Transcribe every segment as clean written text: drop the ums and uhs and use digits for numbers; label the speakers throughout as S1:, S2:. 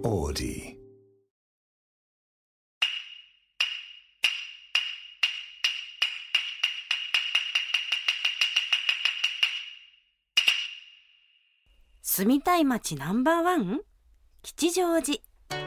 S1: Audi.
S2: 住みたい街ナンバーワン、吉祥寺。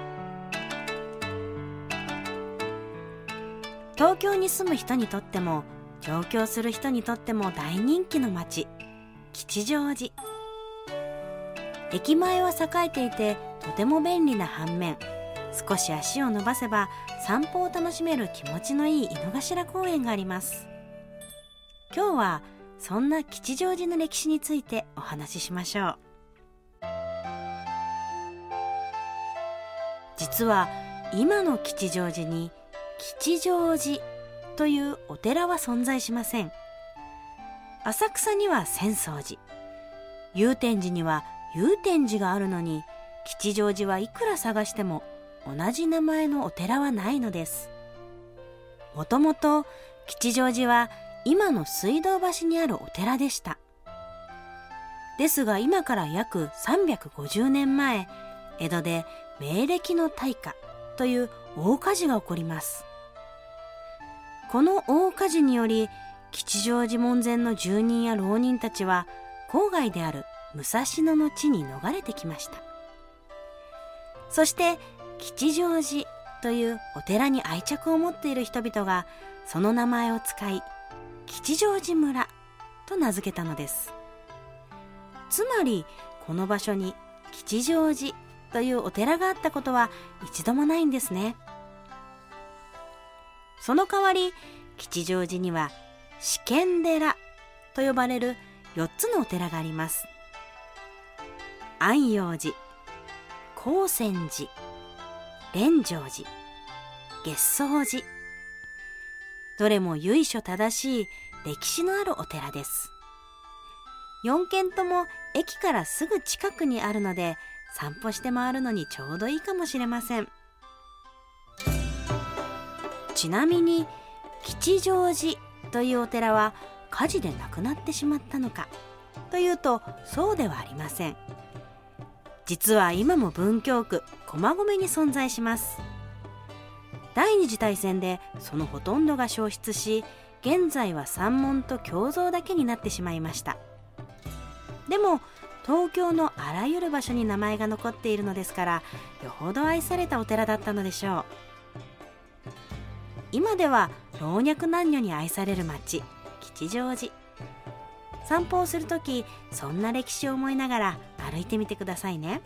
S2: 東京に住む人にとっても上京する人にとっても大人気の街、吉祥寺。駅前は栄えていてとても便利な反面、少し足を伸ばせば散歩を楽しめる気持ちのいい井の頭公園があります。今日はそんな吉祥寺の歴史についてお話ししましょう。実は今の吉祥寺に吉祥寺というお寺は存在しません。浅草には浅草寺、祐天寺には祐天寺があるのに、吉祥寺はいくら探しても同じ名前のお寺はないのです。もともと吉祥寺は今の水道橋にあるお寺でした。ですが今から約350年前、江戸で明暦の大火という大火事が起こります。この大火事により吉祥寺門前の住人や浪人たちは郊外である武蔵野の地に逃れてきました。そして吉祥寺というお寺に愛着を持っている人々がその名前を使い吉祥寺村と名付けたのです。つまりこの場所に吉祥寺というお寺があったことは一度もないんですね。その代わり吉祥寺には四間寺と呼ばれる4つのお寺があります。安養寺、高泉寺、蓮城寺、月草寺。どれも由緒正しい歴史のあるお寺です。4軒とも駅からすぐ近くにあるので散歩して回るのにちょうどいいかもしれません。ちなみに吉祥寺というお寺は火事でなくなってしまったのかというと、そうではありません。実は今も文京区駒込に存在します。第二次大戦でそのほとんどが焼失し、現在は山門と経蔵だけになってしまいました。でも東京のあらゆる場所に名前が残っているのですから、よほど愛されたお寺だったのでしょう。今では老若男女に愛される街、吉祥寺。散歩をするとき、そんな歴史を思いながら歩いてみてくださいね。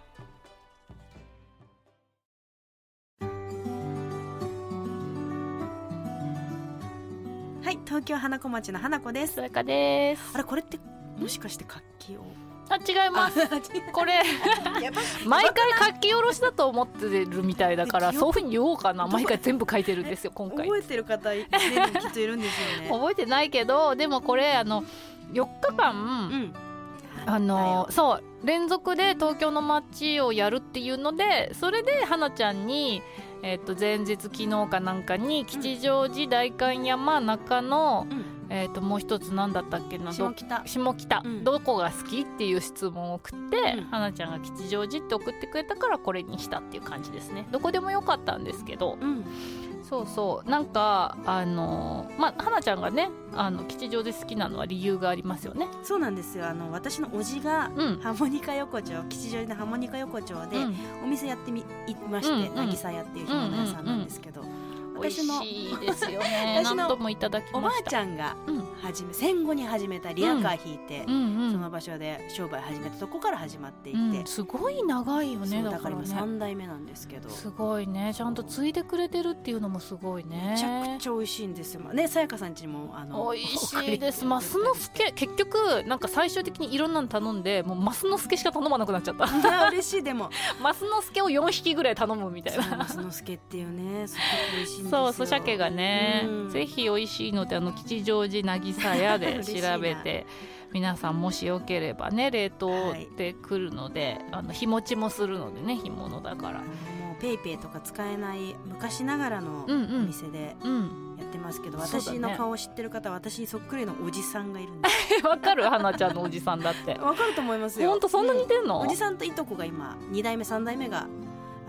S2: はい、東京花子町の花子です。
S3: さやかです。
S2: あれ、これってもしかして活気を？
S3: 違いますこれ毎回書き下ろしだと思ってるみたいだから、そういうふうに言おうかな。毎回全部書いてるんですよ今回。
S2: 覚えてる方、きっといるんですよね。
S3: 覚えてないけど、でもこれ4日間、そう連続で東京の街をやるっていうので、それで花ちゃんに、前日昨日かなんかに吉祥寺、代官山、中野、もう一つ何だったっけな、下北、どこが好きっていう質問を送って、花ちゃんが吉祥寺って送ってくれたからこれにしたっていう感じですね。どこでもよかったんですけど、そうそう、なんか花ちゃんがね吉祥寺好きなのは理由がありますよね。
S2: そうなんですよ。私のおじが、ハーモニカ横丁、吉祥寺のハーモニカ横丁で、お店やっていまして、渚屋っていう干物屋さんなんですけど、
S3: 美味しいですよね。何度もいただきました。
S2: おばあちゃんが戦後に始めたリアカー引いて、その場所で商売始めたとこから始まっていて、
S3: すごい長いよね。
S2: だから今3代目なんですけど、す
S3: ごいね。ちゃんと継いでくれてるっていうのもすごいね。
S2: めちゃくちゃ美味しいんですよね。さやかさん家にも
S3: 美味しいです。マスノスケ、結局なんか最終的にいろんなの頼んで、もうマスノスケしか頼まなくなっちゃった。
S2: 嬉しい。でも
S3: マスノスケを4匹ぐらい頼むみたいな。
S2: マスノスケっていうね、すごく美味しいんですよ。
S3: そう、鮭がね、ぜひ美味しいので吉祥寺渚屋で調べて皆さんもしよければね、冷凍で来るので、日持ちもするのでね、干物だから。も
S2: うペイペイとか使えない昔ながらのお店でやってますけど、私の顔を知ってる方は私にそっくりのおじさんがいるんです
S3: わかる？花ちゃんのおじさんだって
S2: わかると思いますよ。
S3: ほんとそんな似てんの？
S2: おじさんといとこが今2代目3代目が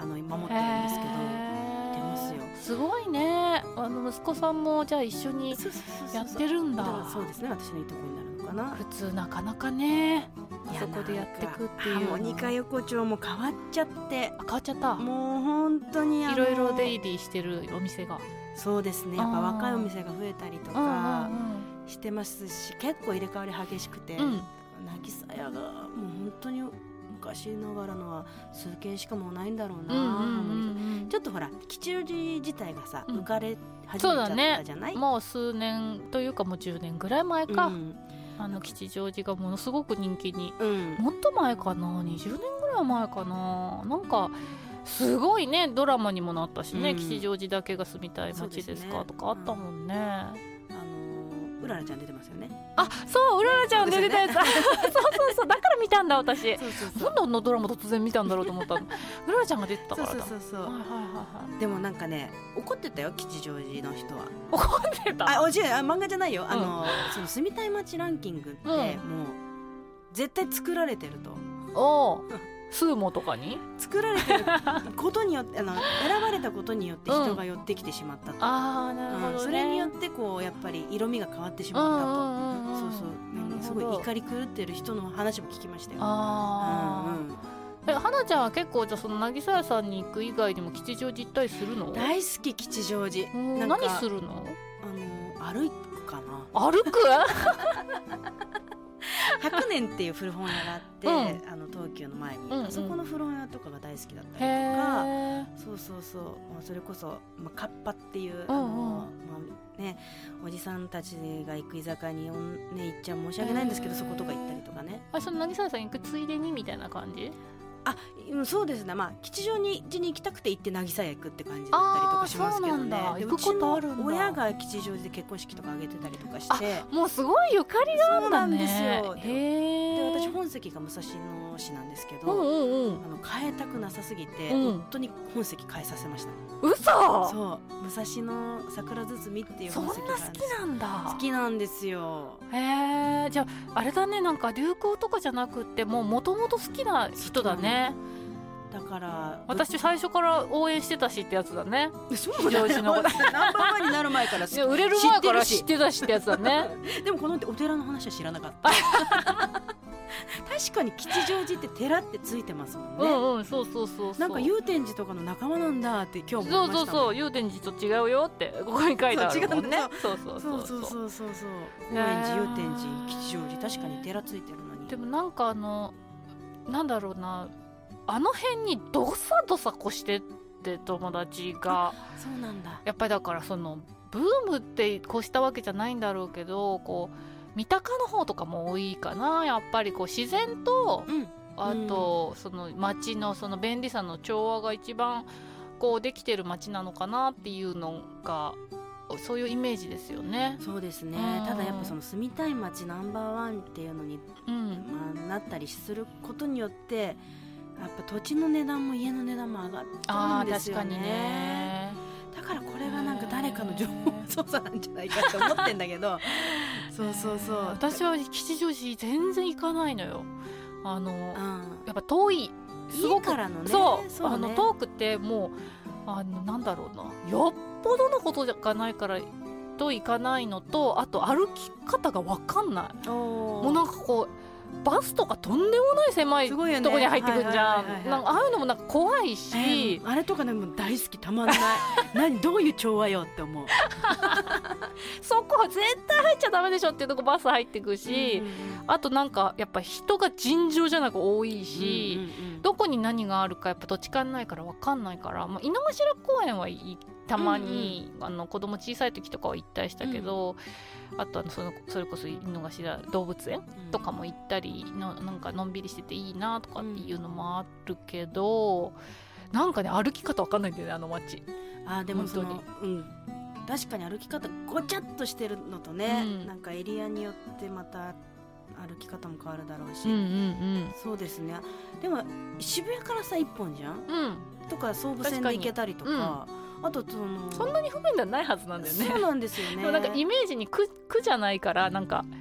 S2: 守ってるんですけど、いてますよ。
S3: すごいね。息子さんもじゃあ一緒にやってるんだ。
S2: そうですね、私のいとこになるのかな。
S3: 普通なかなかね、あそこでやってくっていう。
S2: ハーモニカ横丁も変わっちゃって。
S3: 変わっちゃった。
S2: もう本当に
S3: いろいろ出入りしてるお店が。そう
S2: ですね、やっぱ若いお店が増えたりとかしてますし、結構入れ替わり激しくて、渚屋がもう本当に昔ながらのは数軒しかもうないんだろうな。ちょっとほら吉祥寺自体がさ、浮かれ始めちゃったじゃない。
S3: もう数年というかもう10年ぐらい前か、吉祥寺がものすごく人気に、もっと前かな、20年ぐらい前かな。なんかすごいね、ドラマにもなったしね、吉祥寺だけが住みたい街ですかとかあったもんね。
S2: うららちゃん出てますよね。
S3: あ、そう、うららちゃん出てたやつ。そうだから見たんだ私。なんであんなドラマ突然見たんだろうと思ったの。うららちゃんが出てたからだ。
S2: でもなんかね、怒ってたよ吉祥寺の人は。
S3: 怒ってた。
S2: 漫画じゃないよ。その住みたい街ランキングってもう絶対作られてると。
S3: スーモとかに
S2: 作られてることによって選ばれたことによって人が寄ってきてしまったと。
S3: なるほどね。
S2: それによってこうやっぱり色味が変わってしまったと。すごい怒り狂ってる人の話も聞きましたよ。
S3: 花ちゃんは結構じゃあその渚屋さんに行く以外にも吉祥寺行ったりするの？
S2: 大好き吉祥寺。
S3: 何するの？
S2: 歩くかな。
S3: 歩く
S2: 100年っていう古本屋があって、東急の前に、あそこの古本屋とかが大好きだったりとか、それこそ、カッパっていうおじさんたちが行く居酒屋に、行っちゃ申し訳ないんですけど、そことか行ったりとかね。
S3: その渚屋さん行くついでにみたいな感じ？
S2: そうですね。吉祥寺に行きたくて行って渚屋行くって感じだったりとかしますけどね。
S3: 行くことあるんだ。
S2: 親が吉祥寺で結婚式とか挙げてたりとかして、
S3: もうすごいゆかりがあるんだね。
S2: そうなんですよ。で、私本籍が武蔵野市なんですけど、変えたくなさすぎて、夫に本籍変えさせました。
S3: 嘘？
S2: そう、武蔵野桜堤っていう本籍があるんです。
S3: そんな好きなんだ。
S2: 好きなんですよ。
S3: じゃああれだね、なんか流行とかじゃなくってもう元々好きな人だね。
S2: だから
S3: 私最初から応援してたしってやつだね。
S2: そうだね。ナンバーワンになる前から
S3: 売れる前から知ってたしってやつだね。
S2: でもこのお寺の話は知らなかった。確かに吉祥寺って寺ってついてますもんね。
S3: そう
S2: なんか祐天寺とかの仲間なんだって今日思いました。
S3: そう祐天寺と違うよってここに書いてあるもんね。そう
S2: 高円寺祐天寺吉祥寺、確かに寺ついてるのに。
S3: でもなんかなんだろうな、あの辺にどさどさ越してって友達が。
S2: そうなんだ。
S3: やっぱりだからそのブームって越したわけじゃないんだろうけど、こう三鷹の方とかも多いかな。やっぱりこう自然と、あとその街のその便利さの調和が一番こうできてる街なのかなっていうのが、そういうイメージですよね。
S2: そうですね。ただやっぱその住みたい街ナンバーワンっていうのに、なったりすることによってやっぱ土地の値段も家の値段も上がってるんですよね。
S3: 確かにね。
S2: だからこれがなんか誰かの情報操作なんじゃないかって思ってんだけど。そう
S3: 私は吉祥寺全然行かないのよ。やっぱ遠い。
S2: すごくからのね。
S3: 遠くてもうなんだろうな、よっぽどのことじゃないからと行かないのと、あと歩き方が分かんない。もうなんかこうバスとかとんでもない狭いとこに入ってくんじゃん。なんかああいうのもなんか怖いし、
S2: あれとかねもう大好き、たまんないどういう調和よって思う。
S3: そこは絶対入っちゃダメでしょっていうとこバス入ってくし、あとなんかやっぱ人が尋常じゃなく多いし、どこに何があるかやっぱ土地勘ないから分かんないから、井の頭公園はたまに、子供小さい時とかは行ったりしたけど、あとそれこそ井の頭動物園とかも行ったりなんかのんびりしてていいなとかっていうのもあるけど、なんかね歩き方分かんないんだよね、あの街。
S2: でも確かに歩き方ごちゃっとしてるのとね、なんかエリアによってまた歩き方も変わるだろうし、そうですね。でも渋谷からさ一本じゃん、とか総武線で行けたりとか、あとそ
S3: んなに不便ではないはずなんだよね。
S2: そうなんですよね。
S3: でもなんかイメージに区じゃないから、なんか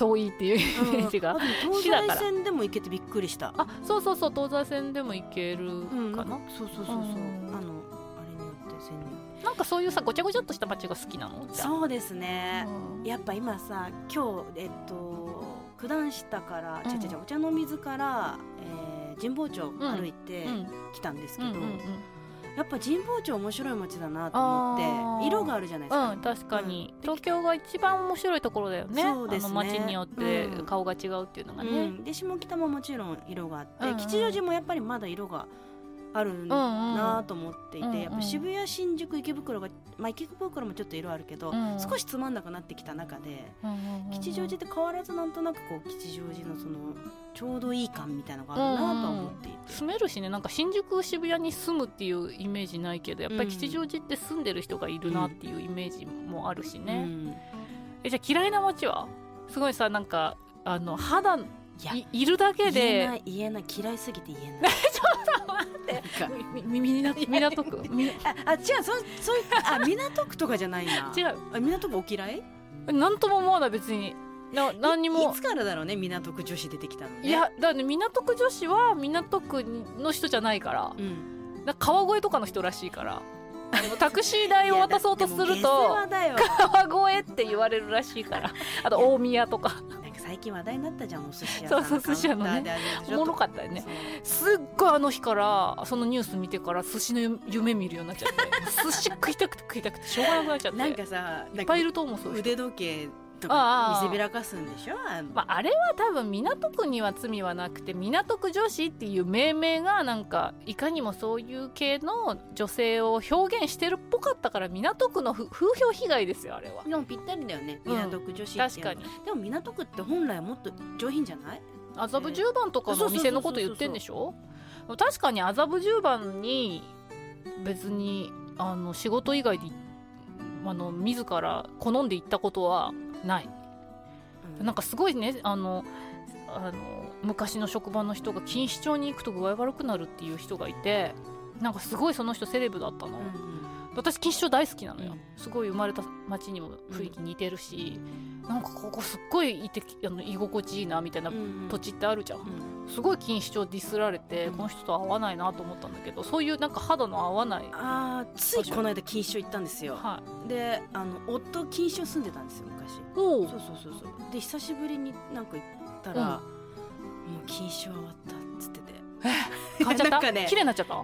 S3: 遠いっていうイメージが、
S2: 東西線でも行けてびっくりした。
S3: そうそうそう、東西線でも行けるかな、
S2: そうそうそうそう、あれによって線によって、
S3: なんかそういうさごちゃごちゃっとした街が好きなの？
S2: そうですね、やっぱ今さ、今日九段下から、お茶の水から、神保町歩いて来たんですけど、やっぱ神保町面白い街だなと思って、色があるじゃないですか。
S3: 確かに、東京が一番面白いところだよね。
S2: そうですね、
S3: 街によって顔が違うっていうのがね、
S2: で下北ももちろん色があって、吉祥寺もやっぱりまだ色があるなと思っていて、やっぱ渋谷、新宿、池袋が、池袋もちょっと色あるけど、少しつまんなくなってきた中で、吉祥寺って変わらずなんとなくこう吉祥寺のそのちょうどいい感みたいなのがあるなと思っていて、
S3: 住めるしね、なんか新宿、渋谷に住むっていうイメージないけど、やっぱり吉祥寺って住んでる人がいるなっていうイメージもあるしね、じゃあ嫌いな街は？すごいさ、なんか肌いるだけで
S2: 言えない嫌いすぎて言えない
S3: ちょっと待って港区違う、
S2: 港区とかじゃないな。
S3: 違う、
S2: 港区お嫌い？
S3: なんとも思わない、別に。何にも。
S2: いつからだろうね、港区女子出てきたのね。
S3: いや、だって港区女子は港区の人じゃないから、川越とかの人らしいから、タクシー代を渡そうとすると川越って言われるらしいから。あと大宮とか
S2: 最近話題になったじゃん、お寿司屋さん。
S3: そう寿司屋のね、おもろかったよね。すっごいあの日からそのニュース見てから寿司の夢見るようになっちゃって寿司食いたくてしょうがなくなっちゃって。
S2: なんかさ、
S3: いっぱいいると思う。そう
S2: 腕時計とか見せびらかすんでしょ。
S3: あれは多分港区には罪はなくて、港区女子っていう命名がなんかいかにもそういう系の女性を表現してるっぽかったから、港区の風評被害ですよ、あれは。
S2: でもぴったりだよね、港区女子って。
S3: 確かに。
S2: でも港区って本来はもっと上品じゃない？
S3: 麻布十番とかのお店のこと言ってんでしょ。確かに麻布十番に別に仕事以外で自ら好んで行ったことはない、なんかすごいね、昔の職場の人が錦糸町に行くと具合悪くなるっていう人がいて、なんかすごいその人セレブだったの、私錦糸町大好きなのよ、すごい生まれた町にも雰囲気似てるし、なんかここすっごい居心地いいなみたいな土地ってあるじゃん、すごい錦糸町ディスられて、この人と合わないなと思ったんだけど、そういうなんか肌の合わない。
S2: ついこの間錦糸町行ったんですよ、で夫錦糸町住んでたんですよ昔。そうで久しぶりになんか行ったら、もう錦糸町終わったっつってて
S3: 変わっちゃった。綺麗になっちゃった。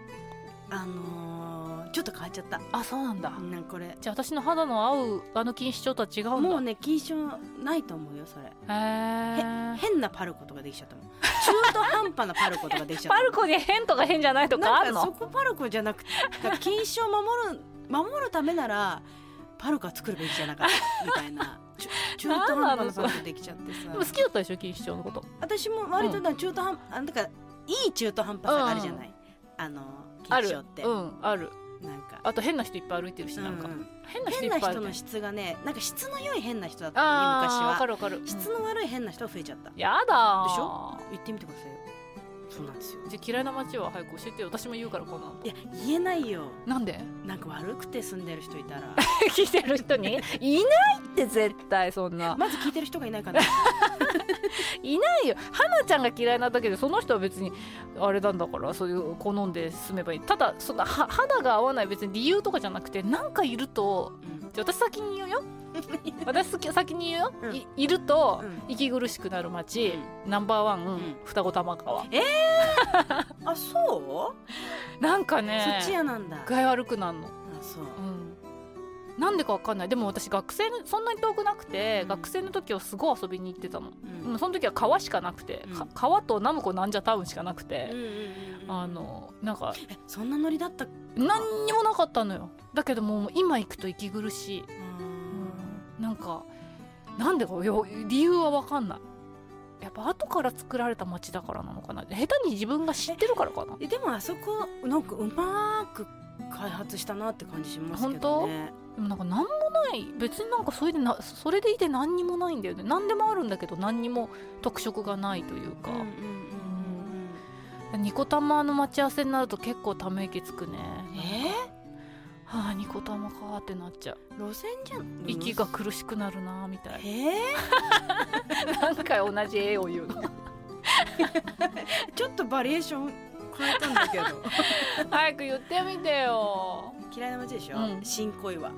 S2: ちょっと変わっちゃった。
S3: あ、そうなんだ。
S2: なんかこれ
S3: じゃあ私の肌の合う錦糸町とは違うんだ。
S2: もうね、錦糸町ないと思うよそれ。変なパルコとかできちゃったもん。中途半端なパルコとかできちゃった
S3: パルコに変とか変じゃないとかあるの？
S2: そこパルコじゃなくて、錦糸町を守るためならパルコは作るべきじゃなかったみたいな中途半端なパルコできちゃってさ。
S3: でも好きだったでしょ錦糸町のこと。
S2: 私も割と中途半端、だからいい中途半端さがあるじゃない、錦糸町って。
S3: ある。
S2: なんか
S3: あと変な人いっぱい歩いてるし、なんか
S2: 変な人の質がね、なんか質の良い変な人だったのに昔は。
S3: わかるわかる。
S2: 質の悪い変な人が増えちゃった。
S3: やだ
S2: でしょ。言ってみてくださいよ。そうなんですよ。
S3: じゃあ嫌いな街は早く教えてよ。私も言うからこんなの。
S2: いや言えないよ。
S3: なんで？
S2: なんか悪くて住んでる人いたら
S3: 聞いてる人にいないって絶対そんな。
S2: まず聞いてる人がいないかな。
S3: いないよ。花ちゃんが嫌いなだけで、その人は別にあれなんだから、そういう好んで住めばいい。ただそんな肌が合わない別に理由とかじゃなくて、なんかいると、じゃあ私先に言うよ。私先に言うよ、いると息苦しくなる街、ナンバーワン、双子玉川。
S2: あ、そう？なんかね、そっちやなんだ。
S3: 具合悪くなるの。
S2: そう、
S3: なんでかわかんない。でも私学生そんなに遠くなくて、学生の時はすごい遊びに行ってたの、その時は川しかなくて、川とナムコなんじゃタウンしかなくて、なんか
S2: そんなノリだった？
S3: 何にもなかったのよ。だけどもう今行くと息苦しい。なんかなんでか理由は分かんない。やっぱ後から作られた街だからなのかな。下手に自分が知ってるからかな。
S2: でもあそこなんかうまく開発したなって感じしますけどね。
S3: 本当？でもなんか何もない。別になんかそれでいて何にもないんだよね。何でもあるんだけど何にも特色がないというか。ニコタマの待ち合わせになると結構ため息つくね。 はあニコ玉かってなっちゃう。
S2: 路線じゃん、
S3: 息が苦しくなるなみたい
S2: な。
S3: 何回同じ絵を言うの
S2: ちょっとバリエーション変えたんだけど
S3: 早く言ってみてよ。
S2: 嫌いな街でしょ、新小岩。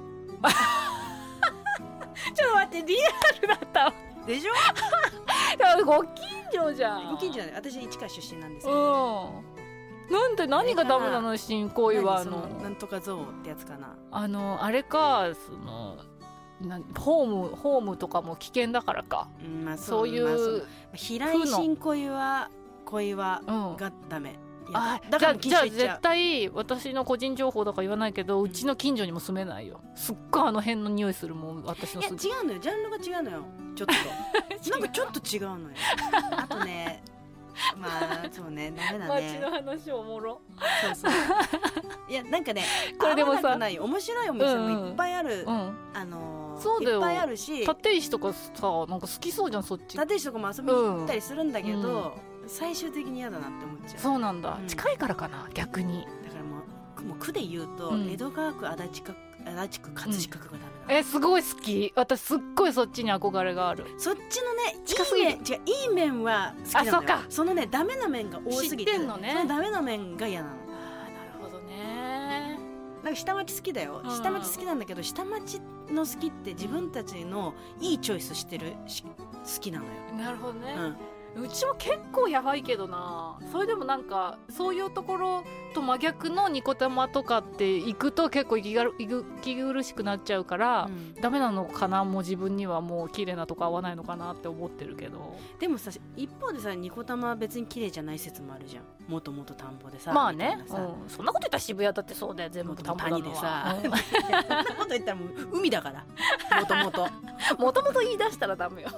S3: ちょっと待って、リアルだった
S2: でしょ
S3: ご近所じゃん。
S2: ご近所なんで、私市川出身なんですけど、
S3: なんで何がダメなの新小岩の
S2: なんとか像ってやつかな。
S3: あれか、ホームとかも危険だからか、
S2: まあ、
S3: そういう、
S2: 平井新小岩がダメ。
S3: だからじゃあ絶対私の個人情報だから言わないけど、うちの近所にも住めないよ。すっごいあの辺の匂いするもん、私の。
S2: いや違うのよ、ジャンルが違うのよ、ちょっとなんかちょっと違うのよ。あとね、まあそうね、ダメだね。
S3: 街の話おもろ。
S2: そうそういやなんかね、
S3: これでもさ、
S2: 面白いお店もいっぱいある、
S3: そうだよ、
S2: いっぱいあるし、
S3: 立石とかさ、なんか好きそうじゃん、そっち。
S2: 立石とかも遊びに行ったりするんだけど、最終的に嫌だなって思っちゃう。
S3: そうなんだ、近いからかな、逆に。
S2: だからもう区で言うと、江戸川区、足立区、葛飾区がダメだ。
S3: すごい好き。私すっごいそっちに憧れがある。
S2: そっちのね、
S3: 近すぎる。
S2: いい面は好きなのよ。
S3: そうか。
S2: そのね、ダメな面が多すぎて、
S3: 知ってんのね。
S2: そのダメな面が嫌なの。
S3: なるほどね。
S2: なんか下町好きだよ、下町好きなんだけど、下町の好きって自分たちのいいチョイスしてる好きなのよ。
S3: なるほどね、うちも結構やばいけどな。それでもなんかそういうところと真逆のニコ玉とかって行くと結構息苦しくなっちゃうから、ダメなのかな。もう自分にはもう綺麗なとこ合わないのかなって思ってるけど。
S2: でもさ、一方でさ、ニコ玉は別に綺麗じゃない説もあるじゃん。もともと田んぼでさ。
S3: まあね、そんなこと言ったら渋谷だってそうだよ、全部田んぼだのは。
S2: 谷でさ、そんなこと言ったらもう海だから
S3: もともと言い出したらダメよ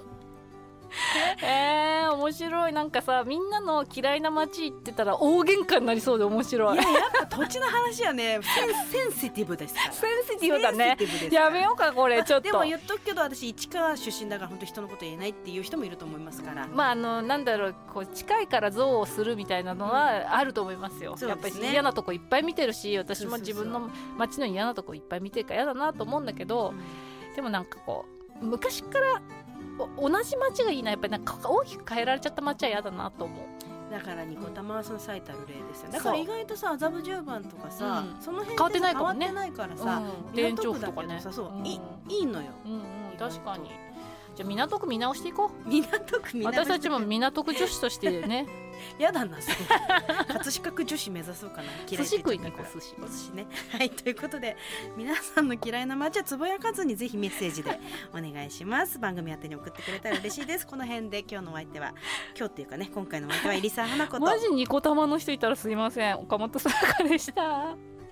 S3: 面白い。なんかさ、みんなの嫌いな街行ってたら大喧嘩になりそうで面白い。
S2: いや、やっぱ土地の話はね、センシティブですから。
S3: センシティブだね。やめようかこれ、ちょっと。
S2: でも言っとくけど、私市川出身だから本当人のこと言えないっていう人もいると思いますから。
S3: まあなんだろう、こう近いから憎悪するみたいなのはあると思いますよ。やっぱり嫌なとこいっぱい見てるし、私も自分の街の嫌なとこいっぱい見てるから嫌だなと思うんだけど、でもなんかこう昔から同じ街がいいな。やっぱりなんか大きく変えられちゃった街は嫌だなと思う。
S2: だからニコ玉はその最たる例ですよ。だから意外とさ、麻布十番とかさ、その辺
S3: 変わってないかもね。
S2: 変わってないからさ、
S3: 田園調布とかね、
S2: いいのよ。
S3: 確かに。じゃあ港区見直していこう。
S2: 港区見直して。
S3: 私たちも港区女子としてね。
S2: やだな、それ。葛飾区女子目指そうかな。
S3: 寿司食いに行こう、寿
S2: 司ね。はい、ということで、皆さんの嫌いな街はつぶやかずにぜひメッセージでお願いします。番組宛てに送ってくれたら嬉しいです。この辺で今日のお相手は、今日っていうかね、今回のお相手は入澤花子と。
S3: マジニコ玉の人いたらすいません、岡本さやかでした。